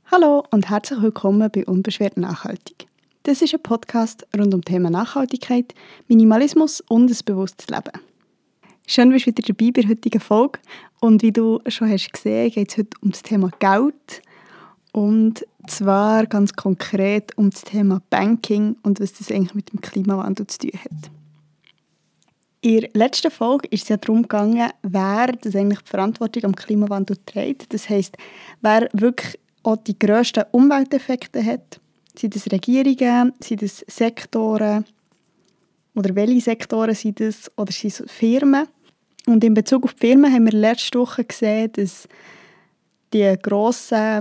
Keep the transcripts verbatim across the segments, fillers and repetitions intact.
Hallo und herzlich willkommen bei Unbeschwert Nachhaltig. Das ist ein Podcast rund um das Thema Nachhaltigkeit, Minimalismus und ein bewusstes Leben. Schön, dass du wieder dabei bei der heutigen Folge. Und wie du schon hast gesehen, geht es heute um das Thema Geld. Und zwar ganz konkret um das Thema Banking und was das eigentlich mit dem Klimawandel zu tun hat. In der letzten Folge ist es ja darum gegangen, wer das eigentlich die Verantwortung am Klimawandel trägt. Das heisst, wer wirklich auch die grössten Umwelteffekte hat. Sind das Regierungen, sind das Sektoren oder welche Sektoren sind das oder sind es Firmen? Und in Bezug auf die Firmen haben wir letzte Woche gesehen, dass die grossen,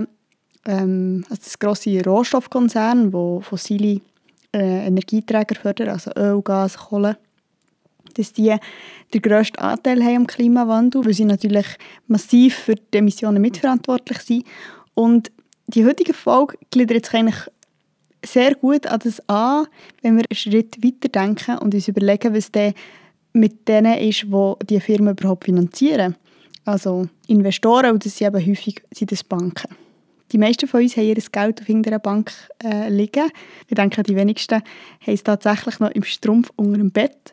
ähm, also das grosse Rohstoffkonzerne, die fossile äh, Energieträger fördern, also Öl, Gas, Kohle, dass die den grössten Anteil haben am Klimawandel, weil sie natürlich massiv für die Emissionen mitverantwortlich sind. Und die heutige Folge gliedert sich eigentlich sehr gut an das an, wenn wir einen Schritt weiter denken und uns überlegen, was dann mit denen ist, die diese Firmen überhaupt finanzieren. Also Investoren, und das sind eben häufig sind das Banken. Die meisten von uns haben ihr Geld auf irgendeiner Bank äh, liegen. Ich denke, die wenigsten haben es tatsächlich noch im Strumpf unter dem Bett.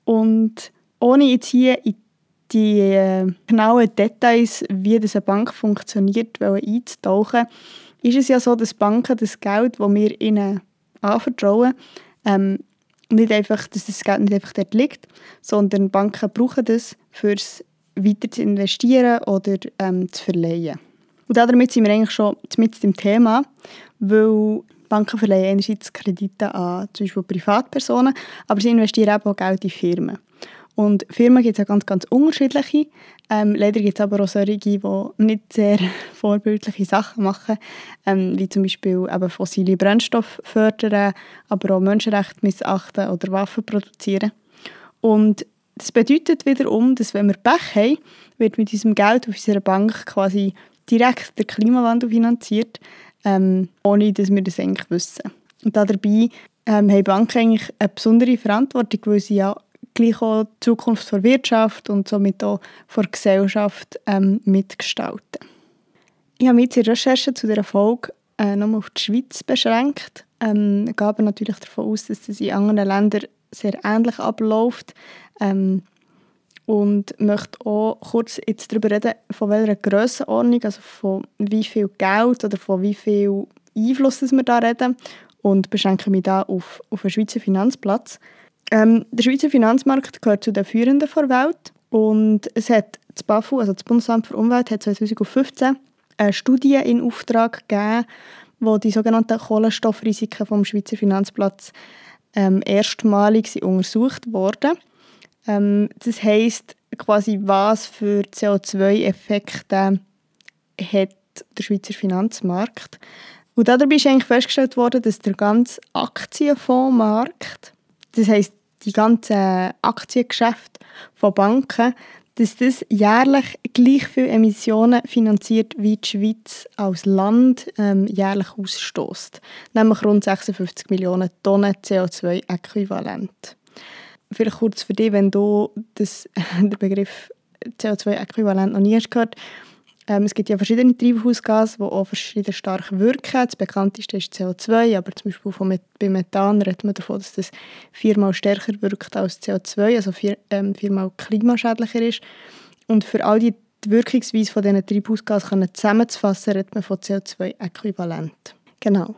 Und ohne jetzt hier in die äh, genauen Details, wie das eine Bank funktioniert, einzutauchen, ist es ja so, dass Banken das Geld, das wir ihnen anvertrauen, ähm, nicht einfach, dass das Geld nicht einfach dort liegt, sondern Banken brauchen das, um es weiter zu investieren oder ähm, zu verleihen. Und damit sind wir eigentlich schon mit dem Thema, weil Banken verleihen einerseits Kredite an zum Beispiel Privatpersonen, aber sie investieren eben auch Geld in Firmen. Und Firmen gibt es ja ganz, ganz unterschiedliche. Ähm, leider gibt es aber auch solche, die nicht sehr vorbildliche Sachen machen, ähm, wie zum Beispiel eben fossile Brennstoffe fördern, aber auch Menschenrechte missachten oder Waffen produzieren. Und das bedeutet wiederum, dass wenn wir Pech haben, wird mit unserem Geld auf unserer Bank quasi direkt der Klimawandel finanziert, ähm, ohne dass wir das eigentlich wissen. Und dabei ähm, haben Banken eigentlich eine besondere Verantwortung, weil sie ja gleich auch die Zukunft der Wirtschaft und somit auch der Gesellschaft ähm, mitgestalten. Ich habe mich jetzt in der Recherche zu dieser Folge äh, nur auf die Schweiz beschränkt. Ähm, ich gehe aber natürlich davon aus, dass das in anderen Ländern sehr ähnlich abläuft. Ähm, und möchte auch kurz jetzt darüber reden, von welcher Grössenordnung, also von wie viel Geld oder von wie viel Einfluss dass wir da reden, und beschränke mich da auf, auf den Schweizer Finanzplatz. Ähm, der Schweizer Finanzmarkt gehört zu den führenden der Welt und es hat das BAFU, also das Bundesamt für Umwelt, hat zwanzig fünfzehn eine Studie in Auftrag gegeben, wo die sogenannten Kohlenstoffrisiken vom Schweizer Finanzplatz ähm, erstmalig sind untersucht wurden. Ähm, das heisst quasi, was für C O zwei Effekte hat der Schweizer Finanzmarkt. Und dabei ist eigentlich festgestellt worden, dass der ganze Aktienfondsmarkt, das heisst die ganzen Aktiengeschäfte von Banken, dass das jährlich gleich viele Emissionen finanziert, wie die Schweiz als Land ähm, jährlich ausstößt. Nämlich rund sechsundfünfzig Millionen Tonnen C O zwei Äquivalent. Vielleicht kurz für dich, wenn du das, den Begriff C O zwei Äquivalent noch nie hast gehört. Ähm, es gibt ja verschiedene Treibhausgase, die auch verschieden stark wirken. Das bekannteste ist C O zwei, aber zum Beispiel von Met- bei Methan redet man davon, dass das viermal stärker wirkt als C O zwei, also vier, ähm, viermal klimaschädlicher ist. Und für all die, die Wirkungsweise von diesen Treibhausgasen zusammenzufassen, redet man von C O zwei Äquivalent. Genau.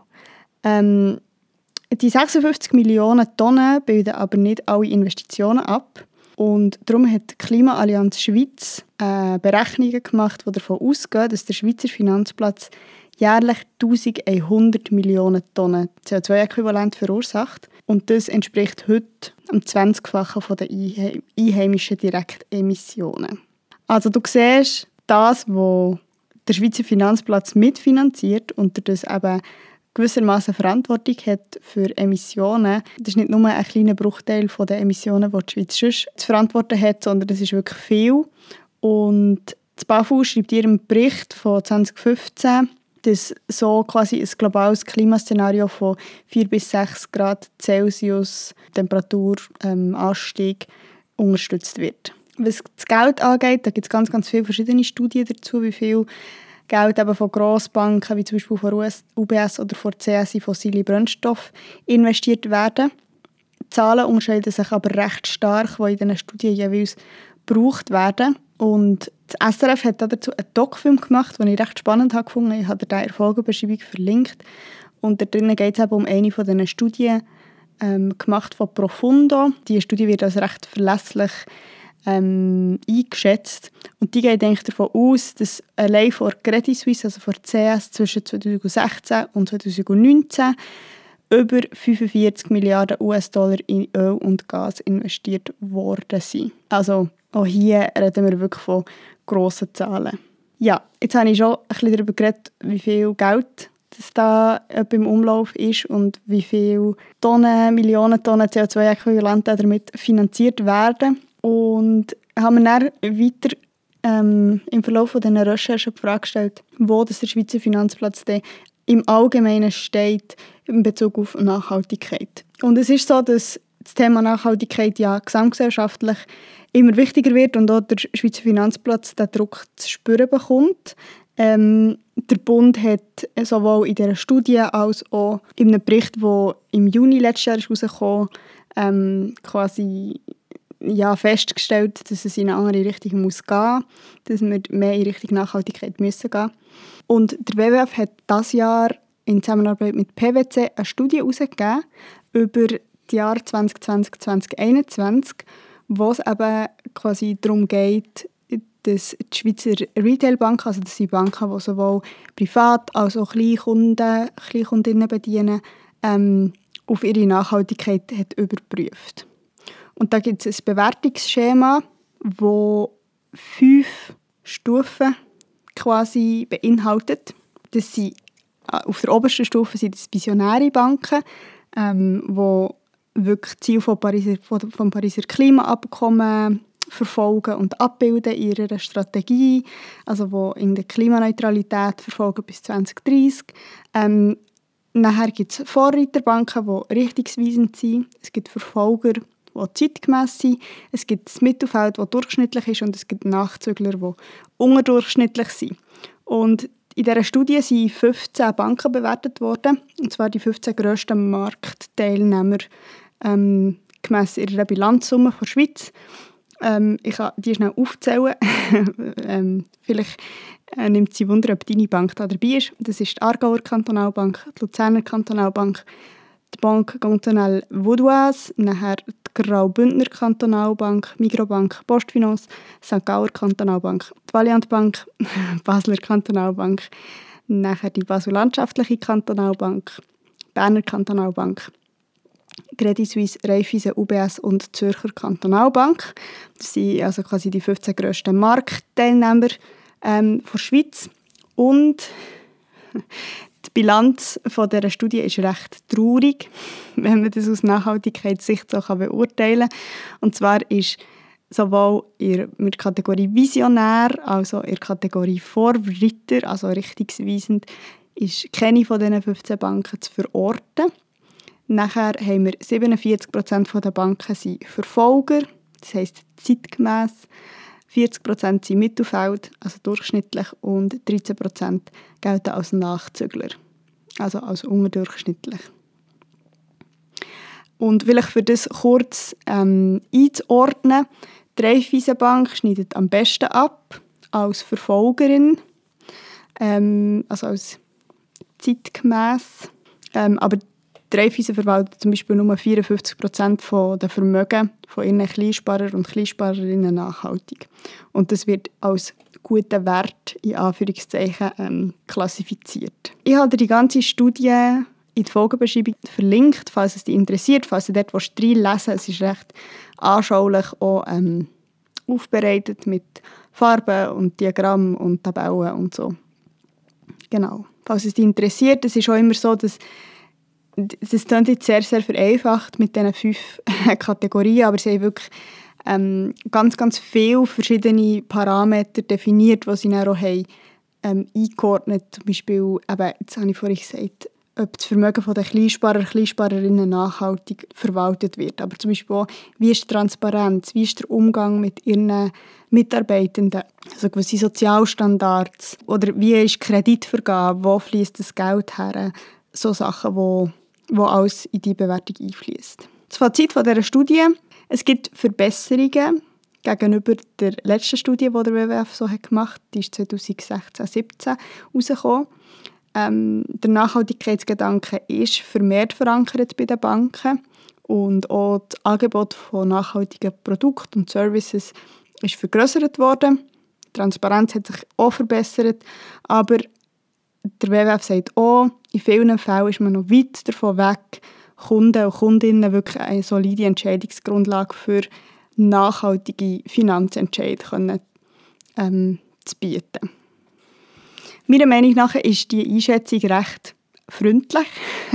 Ähm, die sechsundfünfzig Millionen Tonnen bilden aber nicht alle Investitionen ab. Und darum hat die Klimaallianz Schweiz äh, Berechnungen gemacht, die davon ausgehen, dass der Schweizer Finanzplatz jährlich eintausendeinhundert Millionen Tonnen C O zwei Äquivalent verursacht. Und das entspricht heute am zwanzigfachen von den einheimischen Direktemissionen. Also du siehst, das, was der Schweizer Finanzplatz mitfinanziert und das eben gewissermaßen Verantwortung hat für Emissionen. Das ist nicht nur ein kleiner Bruchteil von den Emissionen, die die Schweiz sonst zu verantworten hat, sondern das ist wirklich viel. Und das BAFU schreibt in ihrem Bericht von zwanzig fünfzehn, dass so quasi ein globales Klimaszenario von vier bis sechs Grad Celsius Temperaturanstieg ähm, unterstützt wird. Was das Geld angeht, da gibt es ganz, ganz viele verschiedene Studien dazu, wie viel Geld eben von Grossbanken, wie zum Beispiel von U B S oder von C S in fossile Brennstoffe investiert werden. Die Zahlen unterscheiden sich aber recht stark, die in diesen Studien jeweils gebraucht werden. Und das S R F hat dazu einen Doc-Film gemacht, den ich recht spannend habe gefunden. Ich habe den in der Folgenbeschreibung verlinkt. Und da drinnen geht es eben um eine von diesen Studien, ähm, gemacht von Profundo. Diese Studie wird als recht verlässlich ähm, eingeschätzt. Und die geht eigentlich davon aus, dass allein von Credit Suisse, also von C S, zwischen zwanzig sechzehn und zwanzig neunzehn über fünfundvierzig Milliarden U S-Dollar in Öl und Gas investiert worden sind. Also auch hier reden wir wirklich von grossen Zahlen. Ja, jetzt habe ich schon ein bisschen darüber geredet, wie viel Geld das da im Umlauf ist und wie viele Tonnen, Millionen Tonnen C O zwei Äquivalente damit finanziert werden. Und haben wir dann weiter ähm, im Verlauf dieser Recherche die Frage gestellt, wo das der Schweizer Finanzplatz denn im Allgemeinen steht in Bezug auf Nachhaltigkeit. Und es ist so, dass das Thema Nachhaltigkeit ja gesamtgesellschaftlich immer wichtiger wird und auch der Schweizer Finanzplatz den Druck zu spüren bekommt. Ähm, der Bund hat sowohl in dieser Studie als auch in einem Bericht, der im Juni letztes Jahr herausgekommen ist, ähm, quasi ja, festgestellt, dass es in eine andere Richtung muss gehen muss, dass wir mehr in Richtung Nachhaltigkeit müssen gehen. Und der W W F hat dieses Jahr in Zusammenarbeit mit P W C eine Studie herausgegeben über die Jahre zwanzig zwanzig bis zwanzig einundzwanzig, wo es eben quasi darum geht, dass die Schweizer Retailbanken, also das sind Banken, die sowohl privat als auch Kleinkunden, Kleinkundinnen bedienen, ähm, auf ihre Nachhaltigkeit hat überprüft. Und da gibt es ein Bewertungsschema, das fünf Stufen quasi beinhaltet. Das sind, auf der obersten Stufe sind das visionäre Banken, ähm, die wirklich Ziele vom Pariser, vom Pariser Klimaabkommen verfolgen und abbilden in ihrer Strategie, also die in der Klimaneutralität verfolgen bis zwanzig dreißig. Ähm, nachher gibt es Vorreiterbanken, die richtungsweisend sind. Es gibt Verfolger, die zeitgemäss sind. Es gibt das Mittelfeld, das durchschnittlich ist, und es gibt Nachzügler, die unterdurchschnittlich sind. Und in dieser Studie sind fünfzehn Banken bewertet worden, und zwar die fünfzehn grössten Marktteilnehmer ähm, gemäss ihrer Bilanzsumme der Schweiz. Ähm, ich kann die schnell aufzählen. ähm, vielleicht äh, nimmt sie Wunder, ob deine Bank da dabei ist. Das ist die Aargauer Kantonalbank, die Luzerner Kantonalbank, die Banque Cantonale Vaudoise, nachher die Graubündner Kantonalbank, Migrobank, Postfinance, Sankt Gauer Kantonalbank, die Valiant Bank, Basler Kantonalbank, nachher die Basel-Landschaftliche Kantonalbank, Berner Kantonalbank, Credit Suisse, Raiffeisen, U B S und die Zürcher Kantonalbank. Das sind also quasi die fünfzehn grössten Marktteilnehmer ähm, der Schweiz. Und die Bilanz von dieser Studie ist recht traurig, wenn man das aus Nachhaltigkeitssicht so beurteilen kann. Und zwar ist sowohl in der Kategorie Visionär als auch in der Kategorie Vorreiter, also richtungsweisend, ist keine von diesen fünfzehn Banken zu verorten. Nachher haben wir siebenundvierzig Prozent der Banken sind Verfolger, das heisst zeitgemäss. vierzig Prozent sind Mittelfeld, also durchschnittlich, und dreizehn Prozent gelten als Nachzügler, also als unterdurchschnittlich. Und vielleicht für das kurz ähm, einzuordnen, die Raiffeisenbank schneidet am besten ab als Verfolgerin, ähm, also als zeitgemäss, ähm, aber die Raiffeisen verwaltet zum Beispiel nur vierundfünfzig Prozent der Vermögen von ihren Kleinsparer und Kleinsparerinnen nachhaltig. Und das wird als guter Wert in Anführungszeichen ähm, klassifiziert. Ich habe die ganze Studie in die Folgenbeschreibung verlinkt, falls es dich interessiert, falls du dort reinlesen willst. Es ist recht anschaulich auch ähm, aufbereitet mit Farben und Diagrammen und Tabellen und so. Genau. Falls es dich interessiert, es ist auch immer so, dass das klingt jetzt sehr, sehr vereinfacht mit diesen fünf Kategorien, aber sie haben wirklich ähm, ganz, ganz viele verschiedene Parameter definiert, die sie dann auch haben, ähm, eingeordnet. Zum Beispiel, eben, jetzt habe ich vorhin gesagt, ob das Vermögen der Kleinsparer, Kleinsparerinnen nachhaltig verwaltet wird. Aber zum Beispiel auch, wie ist die Transparenz, wie ist der Umgang mit ihren Mitarbeitenden, also gewisse Sozialstandards oder wie ist Kreditvergabe, wo fließt das Geld her, so Sachen, wo, wo alles in die Bewertung einfließt. Das Fazit von dieser Studie: Es gibt Verbesserungen gegenüber der letzten Studie, die der W W F so gemacht hat. Die ist zwanzig sechzehn siebzehn rausgekommen. Ähm, der Nachhaltigkeitsgedanke ist vermehrt verankert bei den Banken und auch das Angebot von nachhaltigen Produkten und Services ist vergrößert worden. Die Transparenz hat sich auch verbessert, aber der W W F sagt auch, in vielen Fällen ist man noch weit davon weg, Kunden und Kundinnen wirklich eine solide Entscheidungsgrundlage für nachhaltige Finanzentscheide können, ähm, zu bieten. Meiner Meinung nach ist die Einschätzung recht freundlich.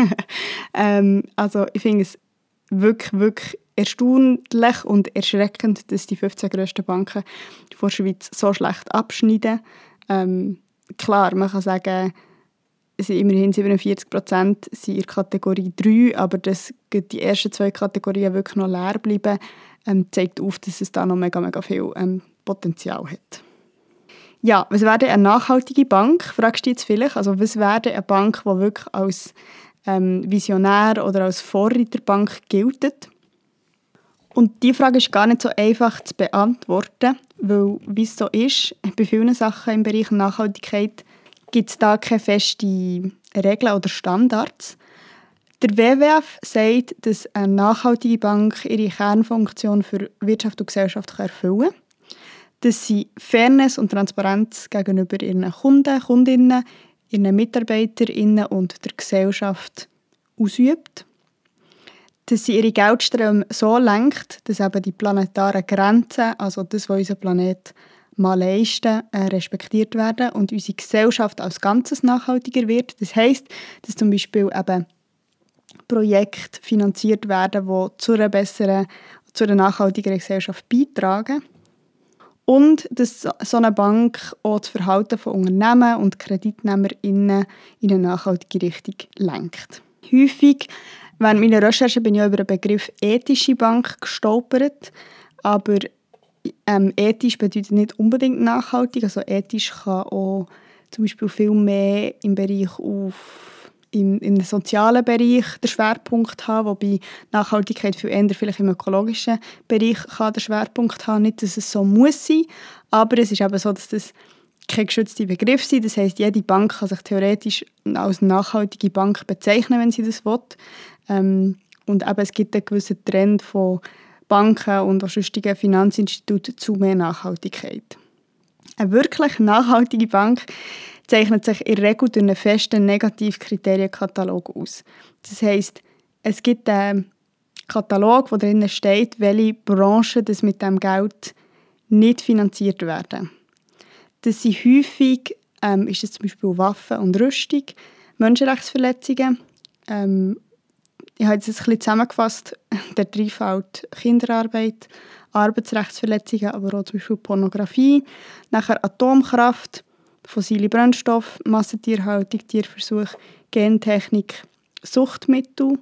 ähm, also ich finde es wirklich, wirklich erstaunlich und erschreckend, dass die fünfzehn grössten Banken der Schweiz so schlecht abschneiden. Ähm, klar, man kann sagen, es sind immerhin siebenundvierzig Prozent sind in der Kategorie drei, aber dass die ersten zwei Kategorien wirklich noch leer bleiben, ähm, zeigt auf, dass es da noch mega, mega viel ähm, Potenzial hat. Ja, was wäre denn eine nachhaltige Bank, fragst du jetzt vielleicht. Also was wäre denn eine Bank, die wirklich als ähm, Visionär oder als Vorreiterbank gilt? Und diese Frage ist gar nicht so einfach zu beantworten, weil, wie es so ist, bei vielen Sachen im Bereich Nachhaltigkeit gibt es da keine festen Regeln oder Standards. Der W W F sagt, dass eine nachhaltige Bank ihre Kernfunktion für Wirtschaft und Gesellschaft erfüllen kann. Dass sie Fairness und Transparenz gegenüber ihren Kunden, Kundinnen, ihren MitarbeiterInnen und der Gesellschaft ausübt. Dass sie ihre Geldströme so lenkt, dass eben die planetaren Grenzen, also das, was unser Planet mal leisten, äh, respektiert werden und unsere Gesellschaft als Ganzes nachhaltiger wird. Das heisst, dass zum Beispiel eben Projekte finanziert werden, die zu einer besseren, zu einer nachhaltigeren Gesellschaft beitragen. Und dass so eine Bank auch das Verhalten von Unternehmen und KreditnehmerInnen in eine nachhaltige Richtung lenkt. Häufig während meiner Recherche bin ich über den Begriff ethische Bank gestolpert, aber ähm, ethisch bedeutet nicht unbedingt nachhaltig. Also ethisch kann auch zum Beispiel viel mehr im Bereich auf im, im sozialen Bereich den Schwerpunkt haben, wobei Nachhaltigkeit viel eher vielleicht im ökologischen Bereich kann den Schwerpunkt haben. Nicht, dass es so muss sein, aber es ist eben so, dass das kein geschützter Begriff ist. Das heisst, jede Bank kann sich theoretisch als nachhaltige Bank bezeichnen, wenn sie das will. Ähm, und eben, es gibt einen gewissen Trend von Banken und auch sonstigen Finanzinstituten zu mehr Nachhaltigkeit. Eine wirklich nachhaltige Bank zeichnet sich in der Regel durch einen festen Negativkriterienkatalog aus. Das heisst, es gibt einen Katalog, wo drin steht, welche Branchen das mit dem Geld nicht finanziert werden. Das sind häufig, ähm, ist es zum Beispiel Waffen und Rüstung, Menschenrechtsverletzungen. Ähm, ich habe jetzt ein bisschen zusammengefasst, der fällt Kinderarbeit, Arbeitsrechtsverletzungen, aber auch zum Beispiel Pornografie, nachher Atomkraft, fossile Brennstoffe, Massentierhaltung, Tierversuch, Gentechnik, Suchtmittel,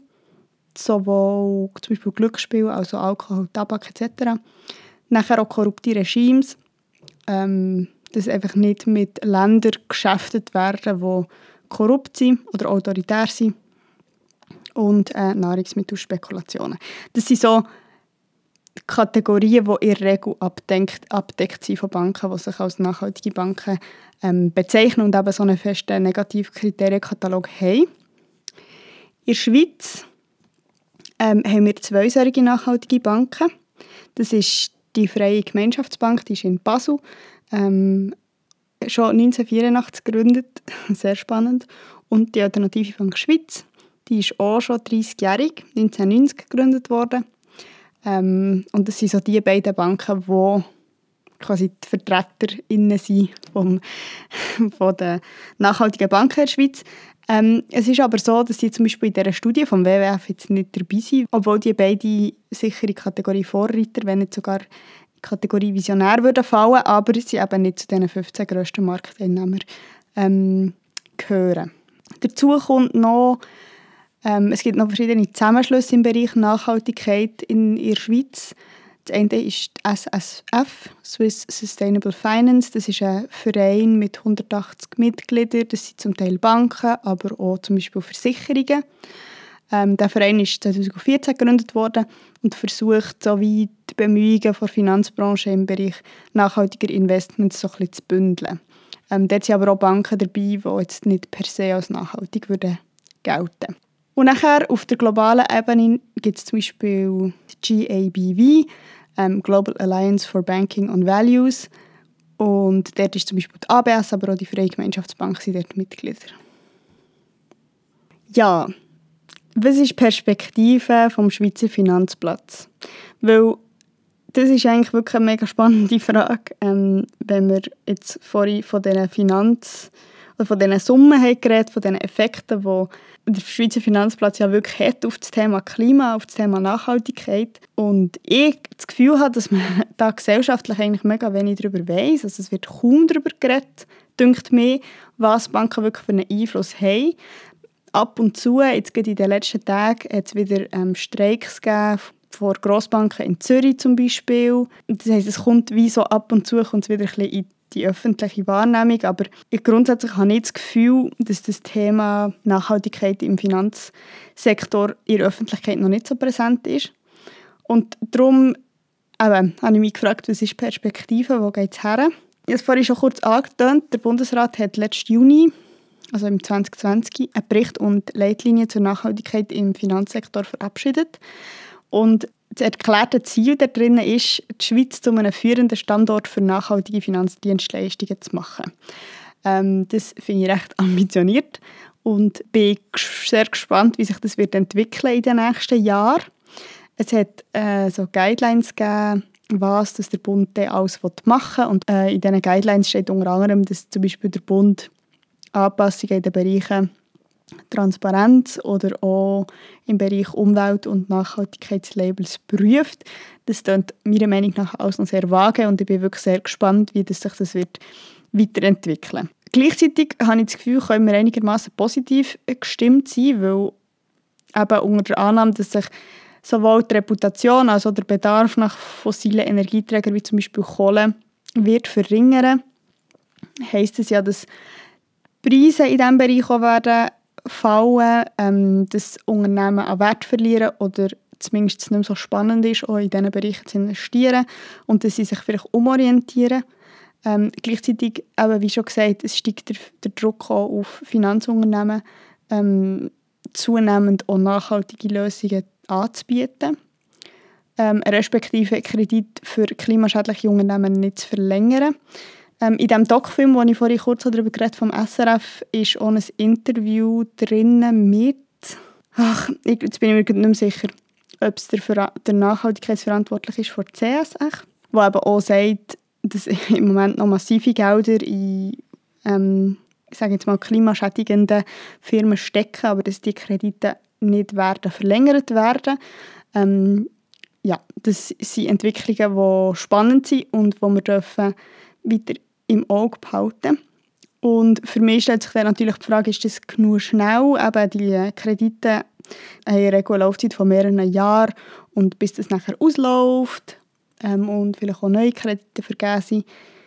sowohl zum Beispiel Glücksspiel, also Alkohol, Tabak et cetera. Nachher auch korrupte Regimes, ähm, dass einfach nicht mit Ländern geschäftet werden, die korrupt sind oder autoritär sind. Und äh, Nahrungsmittelspekulationen. Das sind so Kategorien, die in der Regel abdeckt, abdeckt sind von Banken, die sich als nachhaltige Banken ähm, bezeichnen und eben so einen festen Negativkriterienkatalog haben. In der Schweiz ähm, haben wir zwei solche nachhaltige Banken. Das ist die Freie Gemeinschaftsbank, die ist in Basel, ähm, schon neunzehnhundertvierundachtzig gegründet, sehr spannend. Und die Alternative Bank Schweiz, die ist auch schon dreißigjährig, neunzehnhundertneunzig gegründet worden. Ähm, und das sind so die beiden Banken, die quasi die VertreterInnen sind vom, von den nachhaltigen Banken in der Schweiz. Ähm, es ist aber so, dass die zum Beispiel in dieser Studie vom W W F jetzt nicht dabei sind, obwohl die beide sicher in die Kategorie Vorreiter, wenn nicht sogar in die Kategorie Visionär würden fallen, aber sie eben nicht zu den fünfzehn grössten Marktteilnehmern ähm, gehören. Dazu kommt noch, ähm, es gibt noch verschiedene Zusammenschlüsse im Bereich Nachhaltigkeit in, in der Schweiz. Das eine ist die S S F, Swiss Sustainable Finance. Das ist ein Verein mit hundertachtzig Mitgliedern. Das sind zum Teil Banken, aber auch zum Beispiel Versicherungen. Ähm, der Verein ist zweitausendvierzehn gegründet worden und versucht, so wie die Bemühungen der Finanzbranche im Bereich nachhaltiger Investments so ein bisschen zu bündeln. Ähm, dort sind aber auch Banken dabei, die jetzt nicht per se als nachhaltig würden gelten. Und nachher auf der globalen Ebene gibt es zum Beispiel die G A B V, ähm, Global Alliance for Banking on Values. Und dort ist zum Beispiel die A B S, aber auch die Freie Gemeinschaftsbank sind dort Mitglieder. Ja, was ist die Perspektive vom Schweizer Finanzplatz? Weil das ist eigentlich wirklich eine mega spannende Frage, ähm, wenn wir jetzt vorhin von diesen Finanz- oder von diesen Summen haben geredet, von diesen Effekten, die der Schweizer Finanzplatz ja wirklich hat auf das Thema Klima, auf das Thema Nachhaltigkeit. Und ich das Gefühl habe, dass man da gesellschaftlich eigentlich mega wenig darüber weiss. Also es wird kaum darüber geredet, dünkt mir, was Banken wirklich für einen Einfluss haben. Ab und zu, jetzt gerade in den letzten Tagen, hat es wieder ähm, Streiks gegeben, vor Grossbanken in Zürich zum Beispiel. Das heisst, es kommt wie so ab und zu kommt es wieder ein bisschen in die öffentliche Wahrnehmung, aber ich grundsätzlich habe ich das Gefühl, dass das Thema Nachhaltigkeit im Finanzsektor in der Öffentlichkeit noch nicht so präsent ist. Und darum eben, habe ich mich gefragt, was ist die Perspektive, wo geht es her? Ich habe es vorhin schon kurz angetönt, der Bundesrat hat letzten Juni, also im zwanzig zwanzig, einen Bericht und Leitlinien zur Nachhaltigkeit im Finanzsektor verabschiedet. Und das erklärte Ziel darin ist, die Schweiz zu einem führenden Standort für nachhaltige Finanzdienstleistungen zu machen. Ähm, das finde ich recht ambitioniert und bin sehr gespannt, wie sich das wird entwickeln in den nächsten Jahren. Es hat äh, so Guidelines gegeben, was das der Bund alles machen will. Und äh, in diesen Guidelines steht unter anderem, dass zum Beispiel der Bund Anpassungen in den Bereichen Transparenz oder auch im Bereich Umwelt- und Nachhaltigkeitslabels prüft. Das klingt meiner Meinung nach alles noch sehr vage und ich bin wirklich sehr gespannt, wie das sich das wird weiterentwickeln. Gleichzeitig habe ich das Gefühl, können wir einigermaßen positiv gestimmt sein, weil eben unter der Annahme, dass sich sowohl die Reputation als auch der Bedarf nach fossilen Energieträgern wie zum Beispiel Kohle wird verringern, heisst es ja, dass Preise in diesem Bereich auch werden fallen, ähm, dass Unternehmen an Wert verlieren oder zumindest es nicht mehr so spannend ist, auch in diesen Bereichen zu investieren und dass sie sich vielleicht umorientieren. Ähm, gleichzeitig, eben, wie schon gesagt, es steigt der, der Druck auch auf Finanzunternehmen, ähm, zunehmend auch nachhaltige Lösungen anzubieten, ähm, respektive Kredit für klimaschädliche Unternehmen nicht zu verlängern. Ähm, in dem Doc-Film, den ich vorhin kurz darüber geredet habe, vom S R F, ist auch ein Interview drin mit, ach, ich, jetzt bin ich mir nicht mehr sicher, ob es der, der Nachhaltigkeitsverantwortliche ist von der C S X, der eben auch sagt, dass im Moment noch massive Gelder in, ähm, ich sage jetzt mal, klimaschädigenden Firmen stecken, aber dass die Kredite nicht werden verlängert werden. Ähm, ja, das sind Entwicklungen, die spannend sind und die wir dürfen weiter im Auge behalten. Und für mich stellt sich dann natürlich die Frage, ist das genug schnell? Eben die Kredite haben eine Regel Laufzeit von mehreren Jahren und bis das nachher ausläuft ähm, und vielleicht auch neue Kredite vergeben sind,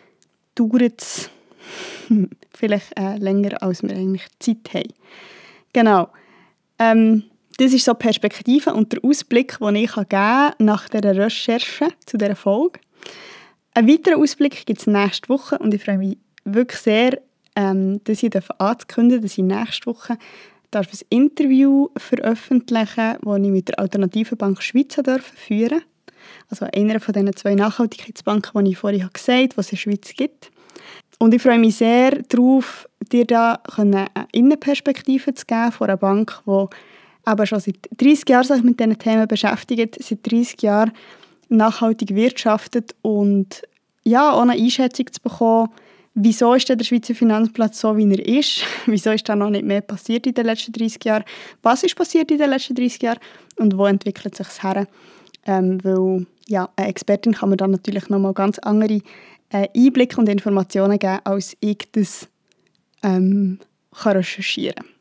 dauert es vielleicht äh, länger, als wir eigentlich Zeit haben. Genau. Ähm, das ist so die Perspektive und der Ausblick, den ich geben kann nach dieser Recherche zu dieser Folge. Einen weiteren Ausblick gibt es nächste Woche und ich freue mich wirklich sehr, ähm, dass ich anzukündigen, dass ich nächste Woche darf ein Interview veröffentlichen, das ich mit der Alternativen Bank Schweiz führen darf. Also einer von diesen zwei Nachhaltigkeitsbanken, die ich vorhin gesagt habe, die es in der Schweiz gibt. Und ich freue mich sehr darauf, dir da eine Innenperspektive zu geben von einer Bank, die aber schon seit dreissig Jahren sich mit diesen Themen beschäftigt, seit dreissig Jahren nachhaltig wirtschaftet und ja, auch eine Einschätzung zu bekommen, wieso ist der Schweizer Finanzplatz so, wie er ist, wieso ist da noch nicht mehr passiert in den letzten dreissig Jahren, was ist passiert in den letzten dreissig Jahren und wo entwickelt sich es her. Ähm, weil ja, eine Expertin kann mir dann natürlich nochmal ganz andere äh, Einblicke und Informationen geben, als ich das ähm, kann recherchieren kann.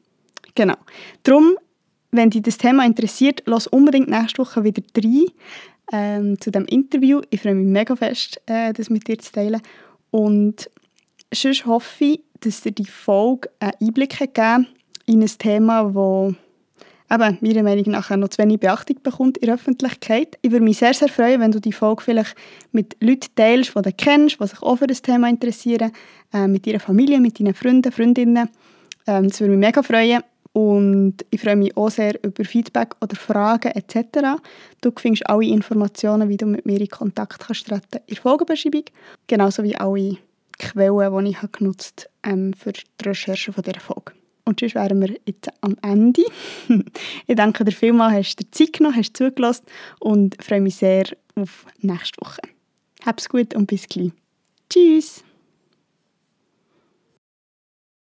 Genau. Darum, wenn dich das Thema interessiert, lass unbedingt nächste Woche wieder rein ähm, zu diesem Interview. Ich freue mich mega fest, äh, das mit dir zu teilen. Und sonst hoffe ich, dass dir die Folge einen Einblick gegeben in ein Thema, das eben, meiner Meinung nach noch zu wenig Beachtung bekommt in der Öffentlichkeit. Ich würde mich sehr, sehr freuen, wenn du die Folge vielleicht mit Leuten teilst, die du kennst, die sich auch für das Thema interessieren, äh, mit deiner Familie, mit deinen Freunden, Freundinnen. Ähm, das würde mich mega freuen. Und ich freue mich auch sehr über Feedback oder Fragen et cetera. Du findest alle Informationen, wie du mit mir in Kontakt kannst treten, in der Folgenbeschreibung. Genauso wie alle Quellen, die ich habe genutzt habe ähm, für die Recherche von dieser Folge. Und sonst wären wir jetzt am Ende. Ich danke dir vielmals, hast du dir Zeit genommen, hast zugelassen und freue mich sehr auf nächste Woche. Hab's gut und bis gleich. Tschüss!